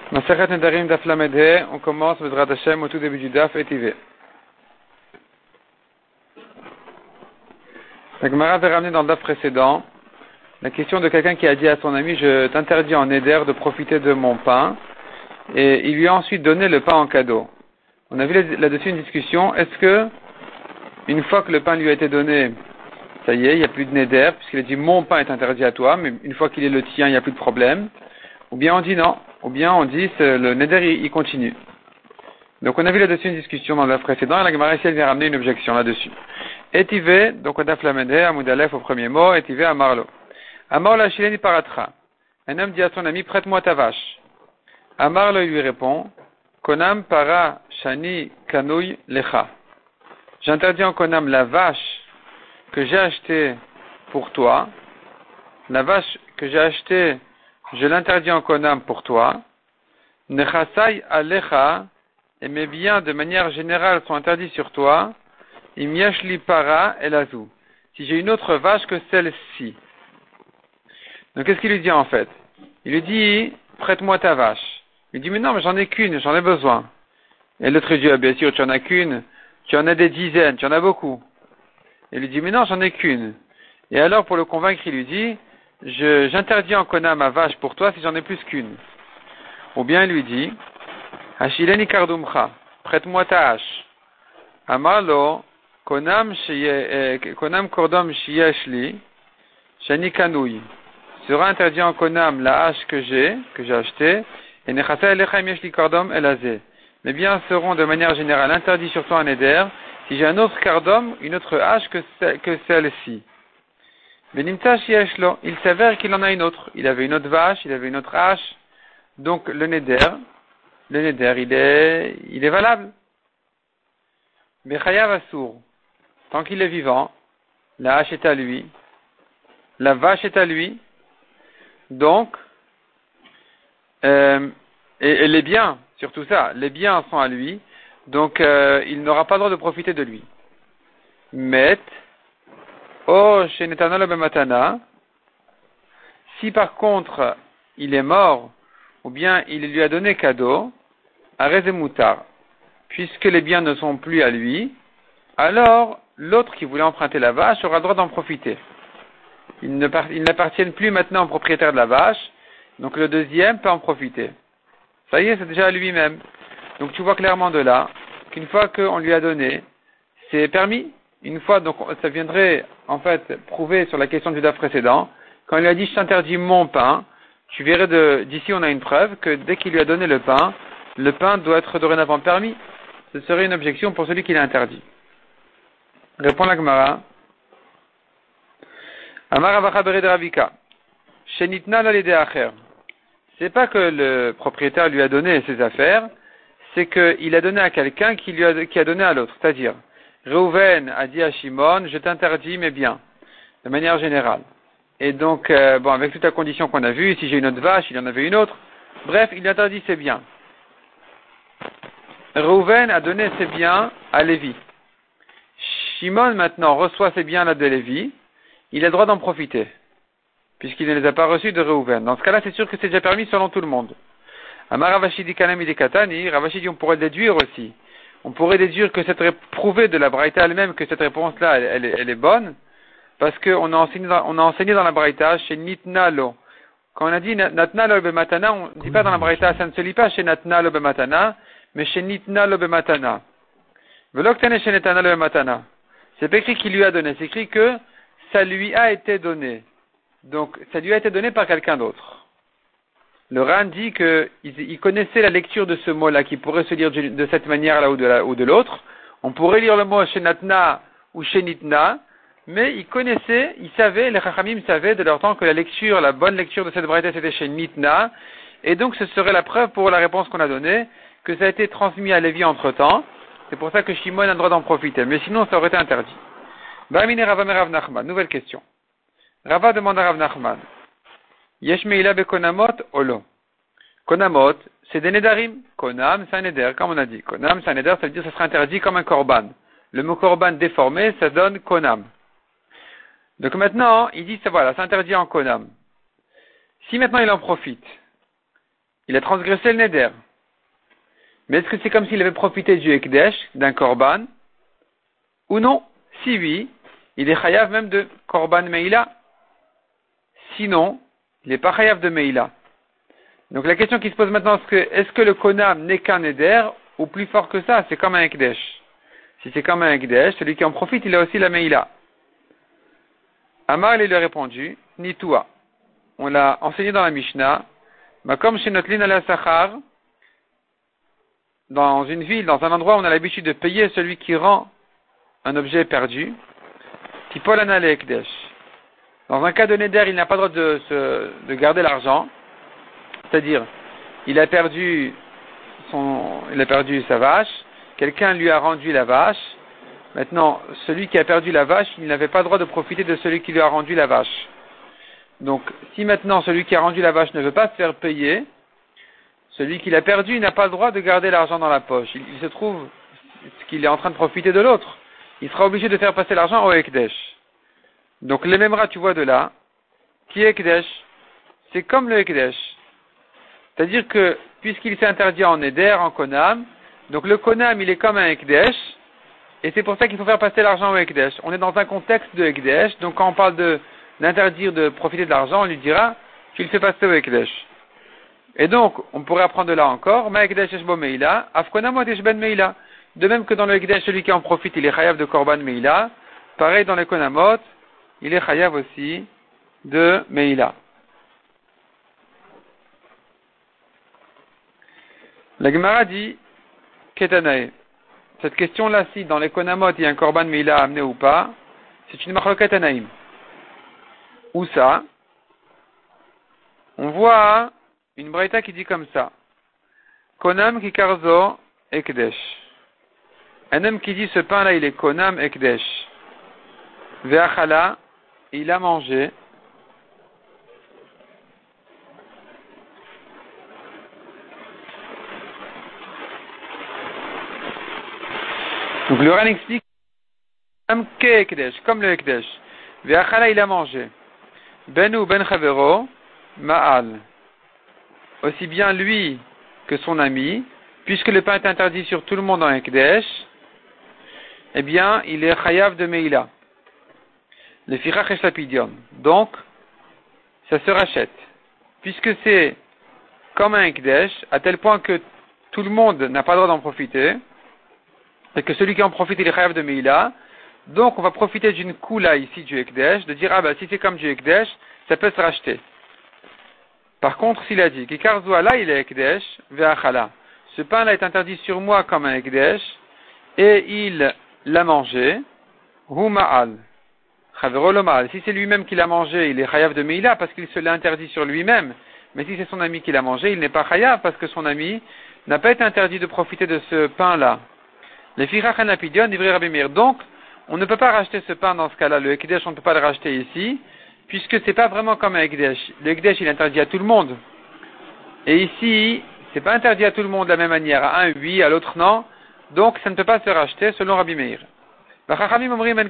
Masechet Nedarim Daf Lamed He, on commence Bezrat Hashem au tout début du Daf Etive. La Gemara avait ramené dans le Daf précédent la question de quelqu'un qui a dit à son ami: je t'interdis en Neder de profiter de mon pain, et il lui a ensuite donné le pain en cadeau. On a vu là-dessus une discussion: est-ce que une fois que le pain lui a été donné, ça y est, il n'y a plus de Neder, puisqu'il a dit mon pain est interdit à toi, mais une fois qu'il est le tien, il n'y a plus de problème? Ou bien on dit non, ou bien on dit le Neder il continue. Donc on a vu là-dessus une discussion dans le précédent, et la Gemara ici elle vient ramener une objection là-dessus. Etive, donc on a flamendé, Amoud Aleph au premier mot, Etive Amarlo. Amar la Shileni Paratra. Un homme dit à son ami: prête-moi ta vache. Amarlo lui répond: Konam para shani kanouy lecha. J'interdis en Konam la vache que j'ai achetée pour toi. La vache que j'ai achetée, je l'interdis en Konam pour toi. Nechasai alecha, et mes biens de manière générale sont interdits sur toi. Imyashli para elazou. Si j'ai une autre vache que celle-ci. Donc qu'est-ce qu'il lui dit en fait? Il lui dit: prête-moi ta vache. Il dit: mais non, mais j'en ai qu'une, j'en ai besoin. Et l'autre dit: ah, bien sûr, tu en as qu'une, tu en as des dizaines, tu en as beaucoup. Il lui dit: mais non, j'en ai qu'une. Et alors pour le convaincre, il lui dit: j'interdis en Kona ma vache pour toi si j'en ai plus qu'une. Ou bien il lui dit: Hashileni kardumcha, prête-moi ta hache. Amalo, konam kordom shiyeshli, shani kanouy. Sera interdit en Konam la hache que j'ai achetée, et nechasa elecha yeshli kordom elazé. Mes biens seront de manière générale interdits sur toi en Neder si j'ai un autre kordom, une autre hache que celle-ci. Benimta shiyeshlo, il s'avère qu'il en a une autre. Il avait une autre vache, il avait une autre hache. Donc le Neder, il est valable. Bechayav assour, tant qu'il est vivant, la hache est à lui, la vache est à lui, donc, et les biens, surtout ça, les biens sont à lui, donc il n'aura pas le droit de profiter de lui. Met, chez Netanel bematana, si par contre il est mort, ou bien il lui a donné cadeau, arezemoutar, puisque les biens ne sont plus à lui, alors l'autre qui voulait emprunter la vache aura le droit d'en profiter. Ils n'appartiennent plus maintenant au propriétaire de la vache, donc le deuxième peut en profiter. Ça y est, c'est déjà à lui-même. Donc tu vois clairement de là qu'une fois qu'on lui a donné, c'est permis. Une fois, donc ça viendrait en fait prouver sur la question du DAF précédent, quand il lui a dit: je t'interdis mon pain, tu verrais d'ici on a une preuve que dès qu'il lui a donné le pain doit être dorénavant permis. Ce serait une objection pour celui qui l'a interdit. Répond la Gemara. Amar Avacha Bered Ravika. Shenitna l'alede acher. C'est pas que le propriétaire lui a donné ses affaires, c'est qu'il a donné à quelqu'un qui a donné à l'autre. C'est-à-dire, Reuven a dit à Shimon: je t'interdis mes biens, de manière générale. Et donc, avec toute la condition qu'on a vue, si j'ai une autre vache, il en avait une autre. Bref, il interdit ses biens. Reuven a donné ses biens à Lévi. Shimon maintenant reçoit ses biens là de Lévi. Il a le droit d'en profiter, puisqu'il ne les a pas reçus de Reuven. Dans ce cas-là, c'est sûr que c'est déjà permis selon tout le monde. Amar Ravashi di Kanam di Katani, Ravashi dit on pourrait déduire aussi. On pourrait déduire que prouver de la Braïta elle-même que cette réponse-là, elle est bonne, parce qu'on a enseigné dans la Braïta chez Nitnalo. Quand on a dit Natnalo bematana, on ne dit pas dans la Braïta, ça ne se lit pas chez Natnalo bematana, mais chez Nitnalo bematana. Veloktane chez Natnalo bematana. C'est pas écrit qu'il lui a donné, c'est écrit que ça lui a été donné. Donc, ça lui a été donné par quelqu'un d'autre. Le Ran dit qu'il connaissait la lecture de ce mot-là, qui pourrait se lire de cette manière-là ou de l'autre. On pourrait lire le mot Shenatna ou Shenitna, mais il savait, les Chachamim savaient de leur temps que la bonne lecture de cette braïta c'était Shenitna, et donc ce serait la preuve pour la réponse qu'on a donnée, que ça a été transmis à Lévi entre-temps. C'est pour ça que Shimon a le droit d'en profiter, mais sinon ça aurait été interdit. Ba'amine Rava Rav Nachman, nouvelle question. Rava demande à Rav Nachman: Yesh meila be konamot olo. Konamot, c'est des nedarim. Konam, c'est un neder, comme on a dit. Konam, c'est un neder, ça veut dire que ça sera interdit comme un korban. Le mot korban déformé, ça donne konam. Donc maintenant, il dit, voilà, c'est interdit en konam. Si maintenant il en profite, il a transgressé le neder. Mais est-ce que c'est comme s'il avait profité du Ekdesh, d'un korban, ou non? Si oui, il est chayav même de korban meila. Sinon, il n'est pas chayav de meila. Donc la question qui se pose maintenant, est-ce que le konam n'est qu'un neder, ou plus fort que ça, c'est comme un Ekdesh? Si c'est comme un Ekdesh, celui qui en profite, il a aussi la meila. Amar, il lui a répondu, ni toi. On l'a enseigné dans la Mishnah, comme chez notre ligne à Sachar, dans une ville, dans un endroit où on a l'habitude de payer celui qui rend un objet perdu, Tipol Anale Ekdesh. Dans un cas de neder, il n'a pas le droit de garder l'argent, c'est-à-dire, il a perdu sa vache, quelqu'un lui a rendu la vache, maintenant, celui qui a perdu la vache, il n'avait pas le droit de profiter de celui qui lui a rendu la vache. Donc, si maintenant celui qui a rendu la vache ne veut pas se faire payer, celui qui l'a perdu n'a pas le droit de garder l'argent dans la poche. Il se trouve qu'il est en train de profiter de l'autre. Il sera obligé de faire passer l'argent au Ekdesh. Donc, les mêmes rats, tu vois de là, qui est Ekdesh? C'est comme le Ekdesh. C'est-à-dire que, puisqu'il s'est interdit en Neder, en Konam, donc le Konam, il est comme un Ekdesh, et c'est pour ça qu'il faut faire passer l'argent au Ekdesh. On est dans un contexte de Ekdesh, donc quand on parle d'interdire de profiter de l'argent, on lui dira, tu le fais passer au Ekdesh. Et donc, on pourrait apprendre de là encore, Ma Ekdesh Eshbo Meila, Afkonam Eshben Meila. De même que dans le Ekdesh, celui qui en profite, il est chayav de Korban Meila. Pareil dans les Konamot, il est chayav aussi de Meila. La Gemara dit, Ketanae. Cette question-là, si dans les Konamot, il y a un Korban Meila amené ou pas, c'est une Machloket Anaïm. Où ça? On voit une braïta qui dit comme ça. Konam kikarzo ekdesh. Un homme qui dit ce pain-là, il est konam ekdesh. Ve'achala, il a mangé. Donc le Ran explique konam ke ekdesh, comme le ekdesh. Ve'achala, il a mangé. Benu ben chavero, ma'al. Aussi bien lui que son ami, puisque le pain est interdit sur tout le monde en Ekdesh, eh bien, il est chayav de Meila. Le firach et lapidium. Donc, ça se rachète. Puisque c'est comme un Ekdesh, à tel point que tout le monde n'a pas le droit d'en profiter, et que celui qui en profite, il est chayav de Meila, donc on va profiter d'une koula ici du Ekdesh, de dire, si c'est comme du Ekdesh, ça peut se racheter. Par contre, s'il a dit, Kikarzoala, il est Ekdesh, ve'achala. Ce pain-là est interdit sur moi comme un Ekdesh, et il l'a mangé, hu ma'al. Chavero lo ma'al. Si c'est lui-même qui l'a mangé, il est chayav de Meila, parce qu'il se l'a interdit sur lui-même. Mais si c'est son ami qui l'a mangé, il n'est pas chayav, parce que son ami n'a pas été interdit de profiter de ce pain-là. Les firach anapidion, d'Ivri Rabbi Meir. Donc, on ne peut pas racheter ce pain dans ce cas-là. Le Ekdesh, on ne peut pas le racheter ici, puisque c'est pas vraiment comme un Ekdesh. Le Ekdesh, il est interdit à tout le monde. Et ici, c'est pas interdit à tout le monde de la même manière. À un, oui, à l'autre, non. Donc, ça ne peut pas se racheter selon Rabbi Meir. Chachamim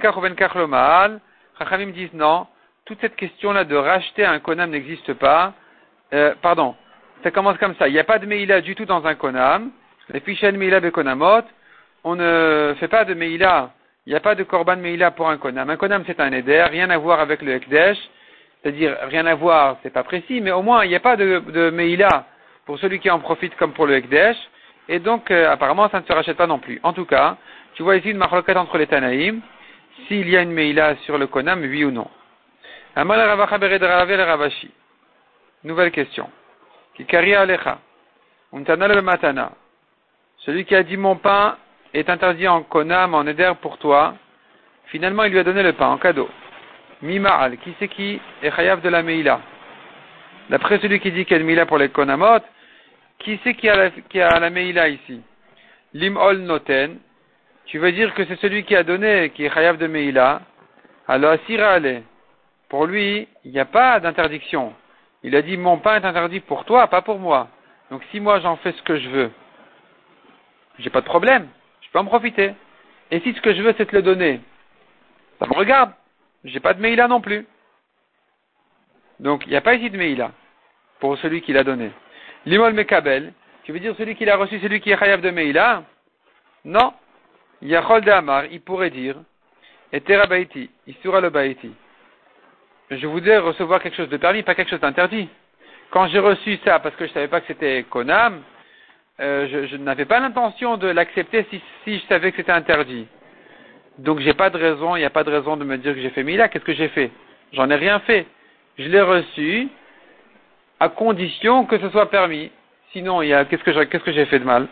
disent non. Toute cette question-là de racheter un konam n'existe pas. Ça commence comme ça. Il n'y a pas de meila du tout dans un konam. Les fichen meila bekonamot. On ne fait pas de meila. Il n'y a pas de korban meila pour un konam. Un konam, c'est un éder, rien à voir avec le ekdesh. C'est-à-dire, rien à voir, c'est pas précis, mais au moins, il n'y a pas de meila pour celui qui en profite comme pour le ekdesh. Et donc, apparemment, ça ne se rachète pas non plus. En tout cas, tu vois ici une marloquette entre les Tanaïm, s'il y a une meila sur le konam, oui ou non. Amal Ravacha Bered Rave le Ravashi. Nouvelle question. Kikari Alecha. Untana le Matana. Celui qui a dit mon pain est interdit en konam, en éder pour toi. Finalement, il lui a donné le pain en cadeau. Mima'al. Qui c'est qui est chayav de la meila? D'après celui qui dit qu'il y a une meila pour les konamot, qui c'est qui a la meila ici? Lim'ol noten. Tu veux dire que c'est celui qui a donné qui est chayav de meila. Alors asira ale. Pour lui, il n'y a pas d'interdiction. Il a dit mon pain est interdit pour toi, pas pour moi. Donc si moi j'en fais ce que je veux, j'ai pas de problème. Je peux en profiter. Et si ce que je veux c'est te le donner, ça me regarde. J'ai pas de meila non plus. Donc il n'y a pas ici de meila pour celui qui l'a donné. Limol Mekabel, tu veux dire celui qui l'a reçu, celui qui est chayav de Meila? Non. Yachol de Amar, il pourrait dire, et Tera Baiti, Isura le Baiti. Je voudrais recevoir quelque chose de permis, pas quelque chose d'interdit. Quand j'ai reçu ça, parce que je savais pas que c'était Konam, je n'avais pas l'intention de l'accepter si je savais que c'était interdit. Donc j'ai pas de raison, il n'y a pas de raison de me dire que j'ai fait Mila. Qu'est-ce que j'ai fait? J'en ai rien fait. Je l'ai reçu à condition que ce soit permis. Sinon, qu'est-ce que j'ai fait de mal?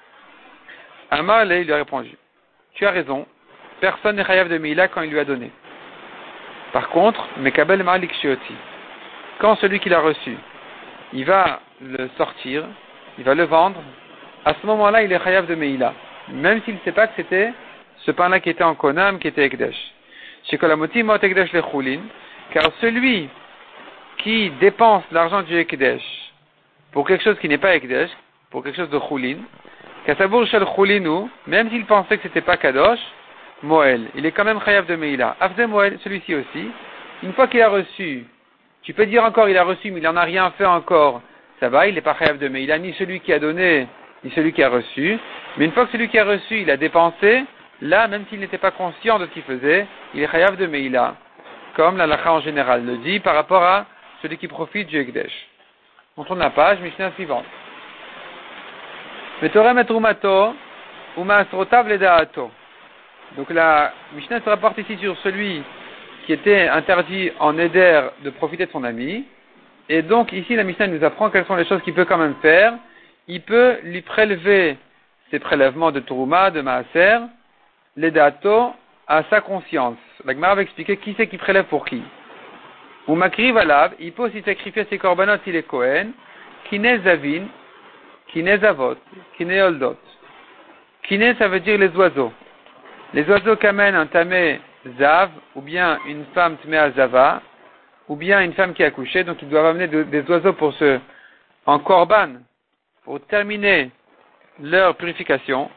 Amar il lui a répondu. Tu as raison. Personne n'est chayav de Mila quand il lui a donné. Par contre, Mekabel Malik Shioti. Quand celui qui l'a reçu, il va le sortir, il va le vendre, à ce moment-là, il est chayav de Meila. Même s'il ne sait pas que c'était ce pain-là qui était en Konam, qui était Ekdesh. Shekolamoti mot Ekdesh le Choulin, car celui qui dépense l'argent du Ekdesh pour quelque chose qui n'est pas Ekdesh, pour quelque chose de Choulin, Kasabour Shel Choulinu, même s'il pensait que c'était pas Kadosh, Moël, il est quand même chayav de Meila. Afze Moël, celui-ci aussi, une fois qu'il a reçu, tu peux dire encore il a reçu, mais il n'en a rien fait encore, ça va, il n'est pas chayav de Meila, ni celui qui a donné, ni celui qui a reçu. Mais une fois que celui qui a reçu, il a dépensé, là, même s'il n'était pas conscient de ce qu'il faisait, il est chayav de Meila. Comme la lacha en général le dit par rapport à celui qui profite du Ekdesh. On tourne la page, Mishnah suivante. Metorem et Rumato, Umaasrotav ledaato. Donc la Mishnah se rapporte ici sur celui qui était interdit en éder de profiter de son ami. Et donc ici la Mishnah nous apprend quelles sont les choses qu'il peut quand même faire. Il peut lui prélever ses prélèvements de Turuma, de Maaser, les dato, à sa conscience. La Gemara va expliquer qui c'est qui prélève pour qui. Ou Makri Valav, il peut aussi sacrifier ses korbanot s'il est Kohen, Kine Zavin, Kine Zavot, Kine Oldot. Kine ça veut dire les oiseaux. Les oiseaux qu'amène un tamé zav, ou bien une femme tmea zava, ou bien une femme qui a accouché, donc ils doivent amener des oiseaux en korban, pour terminer leur purification.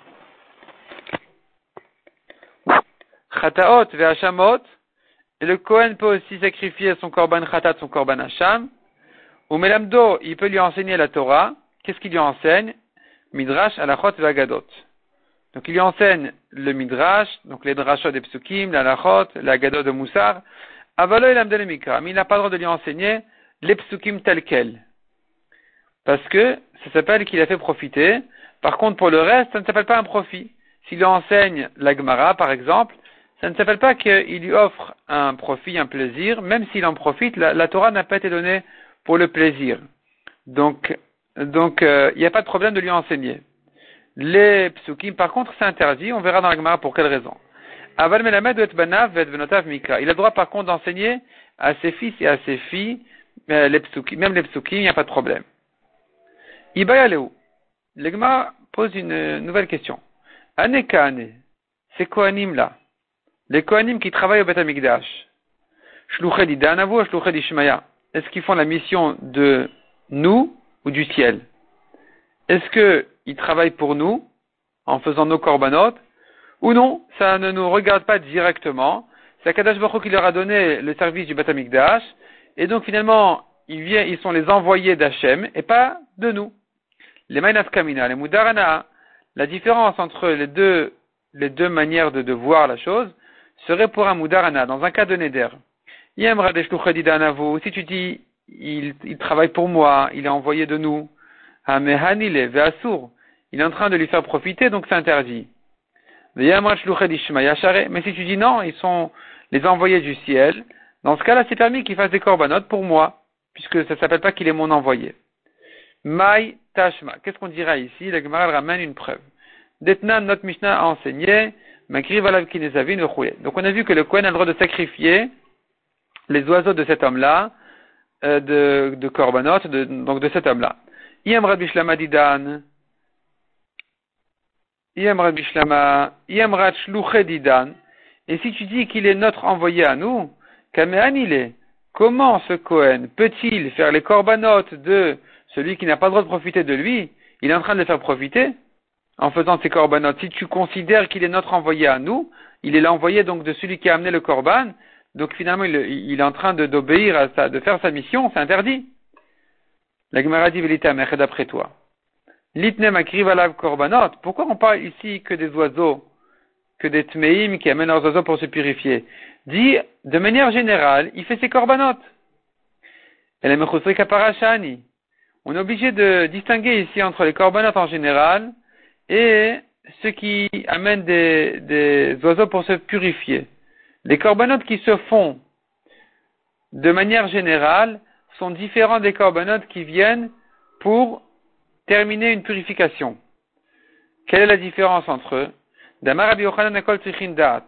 Chataot ve'ashamot, et le Kohen peut aussi sacrifier son korban chatat, son korban hacham, ou melamdo, il peut lui enseigner la Torah. Qu'est-ce qu'il lui enseigne? Midrash alachot ve'agadot. Donc il lui enseigne le midrash, donc les drashot des psukim, la lachot, la gadot de Moussar. Avalo il amdel mikra, mais il n'a pas le droit de lui enseigner les psukim tels quels. Parce que ça s'appelle qu'il a fait profiter. Par contre, pour le reste, ça ne s'appelle pas un profit. S'il lui enseigne la Gemara, par exemple, ça ne s'appelle pas qu'il lui offre un profit, un plaisir. Même s'il en profite, la Torah n'a pas été donnée pour le plaisir. Donc, il n'y a pas de problème de lui enseigner. Les psukim, par contre, c'est interdit. On verra dans la Gemara pour quelle raison. Aval melamed et banav et venotav mika. Il a le droit, par contre, d'enseigner à ses fils et à ses filles les psukim, même les psukim, il n'y a pas de problème. Ibayaleu. Le Gemara pose une nouvelle question. Aneka ane. Ces Kohanim là, les Kohanim qui travaillent au Beth Amikdash, Shluchei d'Idanavu ou Shluchei d'Ishmaya, est-ce qu'ils font la mission de nous ou du ciel? Est-ce qu'ils travaillent pour nous, en faisant nos korbanot, ou non, ça ne nous regarde pas directement. C'est Akadosh Baruch Hu qui leur a donné le service du Beth Amikdash, et donc finalement, ils sont les envoyés d'Hachem, et pas de nous. Les Mainaf Kamina, les Mudarana, la différence entre les deux manières de voir la chose, serait pour un Mudarana, dans un cas de Neder. Si tu dis, il travaille pour moi, il est envoyé de nous, il est en train de lui faire profiter, donc c'est interdit. Mais si tu dis non, ils sont les envoyés du ciel, dans ce cas-là, c'est permis qu'il fasse des korbanot pour moi, puisque ça ne s'appelle pas qu'il est mon envoyé. Mai Tashma. Qu'est-ce qu'on dira ici? La Gemara ramène une preuve. Detnan, notre Mishnah a enseigné, Makriv alav kinezavin v'chouye. Donc on a vu que le Kohen a le droit de sacrifier les oiseaux de cet homme-là, de korbanot, donc de cet homme-là. Iyam Rabbi Shlama Didan. Iyam Rabbi Shlama. Iyam Rat Shluche Didan. Et si tu dis qu'il est notre envoyé à nous, Kamehan il est. Comment ce Kohen peut-il faire les korbanot de celui qui n'a pas le droit de profiter de lui? Il est en train de le faire profiter en faisant ses korbanot. Si tu considères qu'il est notre envoyé à nous, il est l'envoyé donc de celui qui a amené le korban, donc finalement il est en train d'obéir à ça, de faire sa mission, c'est interdit. La Gemara dit Velitamer, d'après toi. Litnem akriv alav korbanot. Pourquoi on parle ici que des oiseaux, que des tmeim qui amènent leurs oiseaux pour se purifier? Dit, de manière générale, il fait ses korbanot. Elle est mechusri kaparashani. On est obligé de distinguer ici entre les korbanot en général et ceux qui amènent des oiseaux pour se purifier. Les korbanot qui se font de manière générale sont différents des korbanot qui viennent pour terminer une purification. Quelle est la différence entre eux? Damar Rabbi Yochanan akol tzrichin da'at.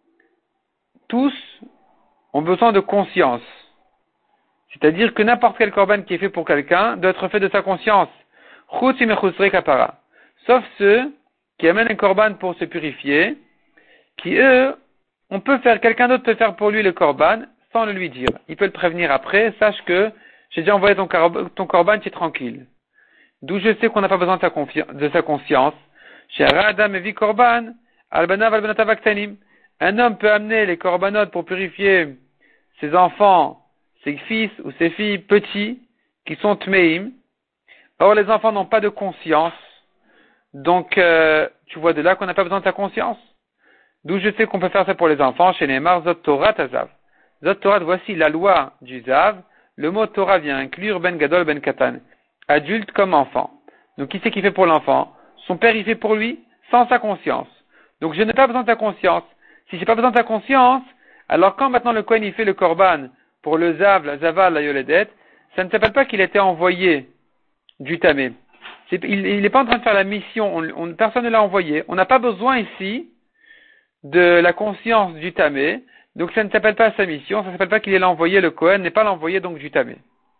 Tous ont besoin de conscience. C'est-à-dire que n'importe quel korban qui est fait pour quelqu'un doit être fait de sa conscience. Chutz mechusrei kapara. Sauf ceux qui amènent un korban pour se purifier, qui eux, quelqu'un d'autre peut faire pour lui le korban sans le lui dire. Il peut le prévenir après, sache que j'ai déjà envoyé ton korban, tu es tranquille. D'où je sais qu'on n'a pas besoin de sa conscience. Chez Adam evi korban, albanav albanatav aktanim. Un homme peut amener les korbanot pour purifier ses enfants, ses fils ou ses filles petits, qui sont tmeim. Or, les enfants n'ont pas de conscience. Donc, tu vois de là qu'on n'a pas besoin de sa conscience. D'où je sais qu'on peut faire ça pour les enfants. Chez Neymar, Zot Torah Tazav. Zot Torah, voici la loi du Zav. Le mot Torah vient inclure Ben Gadol, Ben Katan. Adulte comme enfant. Donc, qui c'est qui fait pour l'enfant? Son père, il fait pour lui, sans sa conscience. Donc, je n'ai pas besoin de ta conscience. Si j'ai pas besoin de ta conscience, alors quand maintenant le Kohen, il fait le Korban pour le Zav, la Zaval, la Yoledet, ça ne s'appelle pas qu'il était envoyé du Tamé. Il n'est pas en train de faire la mission, personne ne l'a envoyé. On n'a pas besoin ici de la conscience du Tamé, donc ça ne s'appelle pas sa mission, ça ne s'appelle pas qu'il est l'envoyé, le Kohen n'est pas l'envoyé donc du Tamé.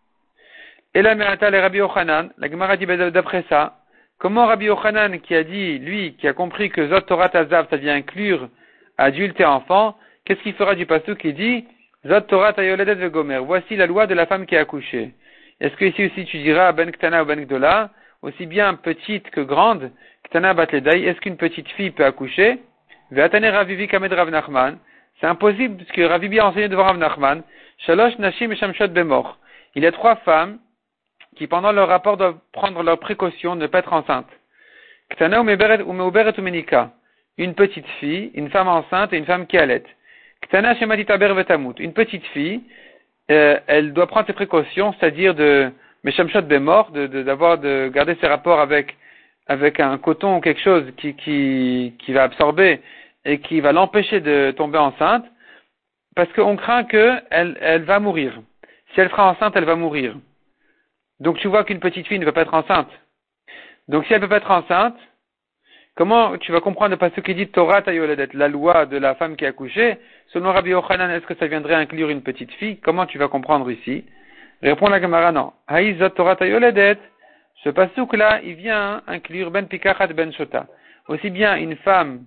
Et là, Me'ata, les Rabbi Yochanan, la Gemara dit d'après ça, comment Rabbi Yochanan qui a dit, lui, qui a compris que Zot Torah Tazav, ça vient inclure adulte et enfant, qu'est-ce qu'il fera du pasuk qui dit Zot Torah Tayoledet Vegomer, voici la loi de la femme qui a accouché. Est-ce que ici aussi tu diras Ben Ktana ou Ben Gdola, aussi bien petite que grande, Ktana Batledai, est-ce qu'une petite fille peut accoucher? Ve'atane Ravivi Kamed Rav Nachman, c'est impossible puisque Ravivi a enseigné devant Rav Nachman, Shalosh Nashim et Shamshot Bemor. Il y a 3 femmes qui pendant leur rapport doivent prendre leurs précautions de ne pas être enceintes. Ktana ou Meuberet ou Menika, une petite fille, une femme enceinte et une femme qui allait. Ktana Shematitaber Vetamut, une petite fille, elle doit prendre ses précautions, c'est-à-dire de Meshamshot Bemor, de garder ses rapports avec un coton ou quelque chose qui va absorber et qui va l'empêcher de tomber enceinte, parce qu'on craint qu'elle va mourir. Si elle sera enceinte, elle va mourir. Donc tu vois qu'une petite fille ne peut pas être enceinte. Donc si elle ne peut pas être enceinte, comment tu vas comprendre parce que qui dit Torah Tayoledet, la loi de la femme qui a accouché, selon Rabbi Yochanan, est-ce que ça viendrait inclure une petite fille? Comment tu vas comprendre ici? Répond la Gemara, non. Haïzot Torah Tayoledet, ce pasuk là, il vient inclure Ben Pikachat Ben Shota. Aussi bien une femme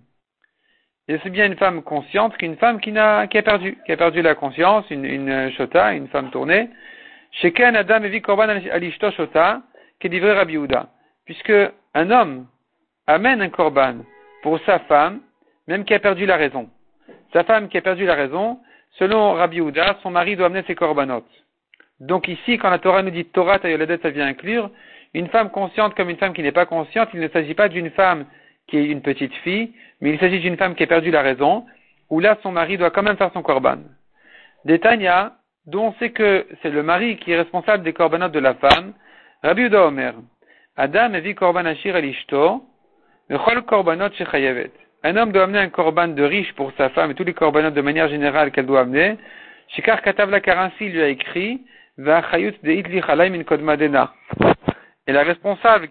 consciente qu'une femme qui a perdu la conscience, une Shota, une femme tournée. Sheken Adam evi korban alishto Shota, qui dit Rabbi Yehuda. Puisque un homme amène un korban pour sa femme, même qui a perdu la raison. Sa femme qui a perdu la raison, selon Rabbi Yehuda, son mari doit amener ses korbanot. Donc ici, quand la Torah nous dit Torah Tayoledet, ça vient inclure une femme consciente comme une femme qui n'est pas consciente. Il ne s'agit pas d'une femme qui est une petite fille, mais il s'agit d'une femme qui a perdu la raison, où là, son mari doit quand même faire son korban. Des Tanya, dont on sait que c'est le mari qui est responsable des korbanot de la femme, Rabbi Yehuda Omer, Adam evi korban ashir alishto, Mechol korbanot shechayevet. Un homme doit amener un korban de riche pour sa femme et tous les korbanot de manière générale qu'elle doit amener. Shikar Katav car ainsi lui a écrit Va'achayut deitli chalai min kodmadena. Et la responsable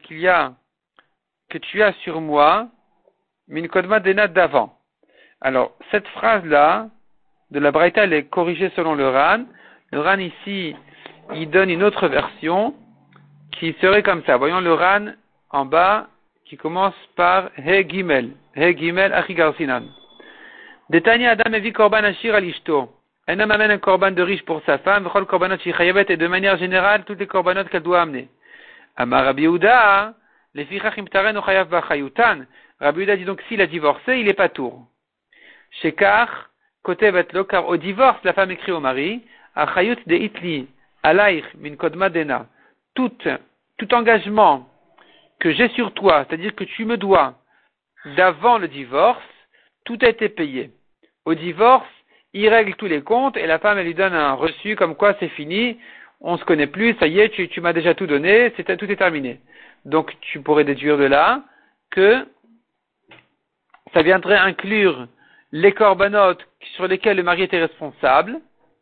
que tu as sur moi, min kodmadena d'avant. Alors, cette phrase-là, de la Braïta, elle est corrigée selon le Ran. Le Ran ici, il donne une autre version qui serait comme ça. Voyons le Ran en bas, qui commence par He Gimel Achigarsinan. Detania Adam evi korban ashir alishto. Un homme amène un korban de riche pour sa femme, v'chol korbanot shichayevet, et de manière générale, toutes les korbanot qu'elle doit amener. Amar Rabbi Yehuda, lefichach imtaren ochayav b'achayutan. Rabbi Yehuda dit donc s'il a divorcé, il est pas tour. Shekar, kotevet lo, car au divorce, la femme écrit au mari, achayut de itli, alaych min kodma dena. tout engagement que j'ai sur toi, c'est-à-dire que tu me dois d'avant le divorce, tout a été payé. Au divorce, il règle tous les comptes et la femme, elle lui donne un reçu comme quoi c'est fini, on se connaît plus, ça y est, tu m'as déjà tout donné, tout est terminé. Donc, tu pourrais déduire de là que ça viendrait inclure les corbanotes sur lesquels le mari était responsable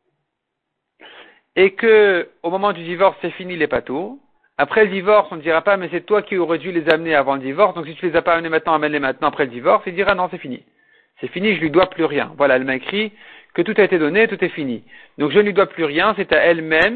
et que, au moment du divorce, c'est fini les patours. Après le divorce, on ne dira pas, mais c'est toi qui aurais dû les amener avant le divorce, donc si tu les as pas amenés maintenant, amène-les maintenant après le divorce. Il dira non, c'est fini. C'est fini, je lui dois plus rien. Voilà, elle m'a écrit que tout a été donné, tout est fini. Donc je ne lui dois plus rien, c'est à elle-même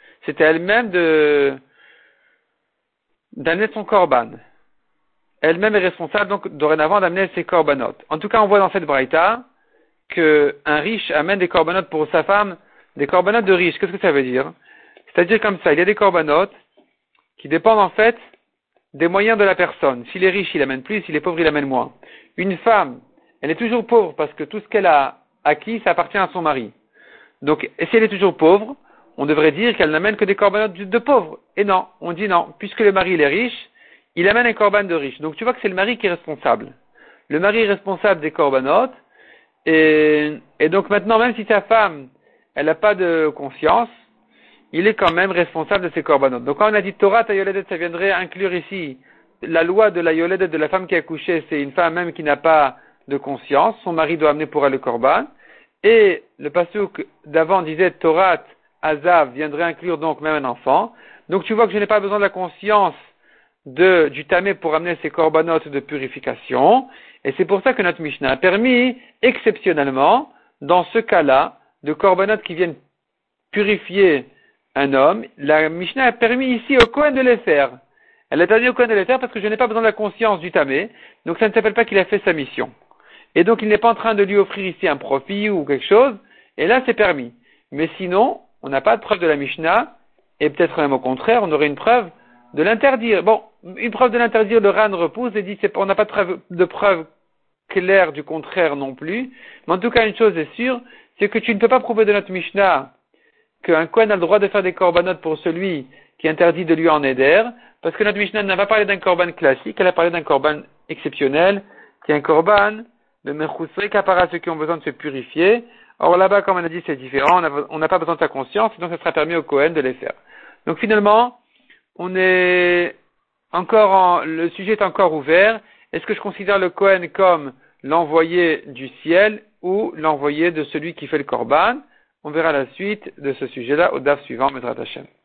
d'amener son korban. Elle-même est responsable donc dorénavant d'amener ses corbanotes. En tout cas, on voit dans cette braïta qu'un riche amène des corbanotes pour sa femme, des corbanotes de riche. Qu'est-ce que ça veut dire? C'est-à-dire comme ça, il y a des corbanotes qui dépendent en fait des moyens de la personne. S'il est riche, il amène plus, s'il est pauvre, il amène moins. Une femme, elle est toujours pauvre parce que tout ce qu'elle a acquis, ça appartient à son mari. Donc, et si elle est toujours pauvre, on devrait dire qu'elle n'amène que des corbanotes de pauvres. Et non, on dit non, puisque le mari il est riche, il amène un corban de riche. Donc tu vois que c'est le mari qui est responsable. Le mari est responsable des corbanotes, et donc maintenant, même si sa femme, elle n'a pas de conscience, il est quand même responsable de ses corbanotes. Donc quand on a dit Torah Yoledet, ça viendrait inclure ici la loi de la Yoledet, de la femme qui a accouché, c'est une femme même qui n'a pas de conscience, son mari doit amener pour elle le corban. Et le pasuk d'avant disait Torah Azav viendrait inclure donc même un enfant. Donc tu vois que je n'ai pas besoin de la conscience du tamé pour amener ces corbanotes de purification. Et c'est pour ça que notre Mishnah a permis, exceptionnellement, dans ce cas-là, de corbanotes qui viennent purifier un homme, la Mishnah a permis ici au Kohen de les faire. Elle a interdit au Kohen de les faire parce que je n'ai pas besoin de la conscience du tamé, donc ça ne s'appelle pas qu'il a fait sa mission. Et donc il n'est pas en train de lui offrir ici un profit ou quelque chose, et là c'est permis. Mais sinon, on n'a pas de preuve de la Mishnah, et peut-être même au contraire, on aurait une preuve de l'interdire. Bon, une preuve de l'interdire, le Ran repousse et dit on n'a pas de preuve claire du contraire non plus. Mais en tout cas, une chose est sûre, c'est que tu ne peux pas prouver de notre Mishnah qu'un Kohen a le droit de faire des corbanotes pour celui qui interdit de lui en éder, parce que notre Mishnah n'a pas parlé d'un korban classique, elle a parlé d'un korban exceptionnel, qui est un korban de Mechusre, qu'appara ceux qui ont besoin de se purifier. Or là-bas, comme on a dit, c'est différent, on n'a pas besoin de ta conscience, donc ça sera permis au Kohen de les faire. Donc finalement, le sujet est encore ouvert. Est-ce que je considère le Kohen comme l'envoyé du ciel ou l'envoyé de celui qui fait le korban? On verra la suite de ce sujet-là au DAF suivant, Bezrat Hashem.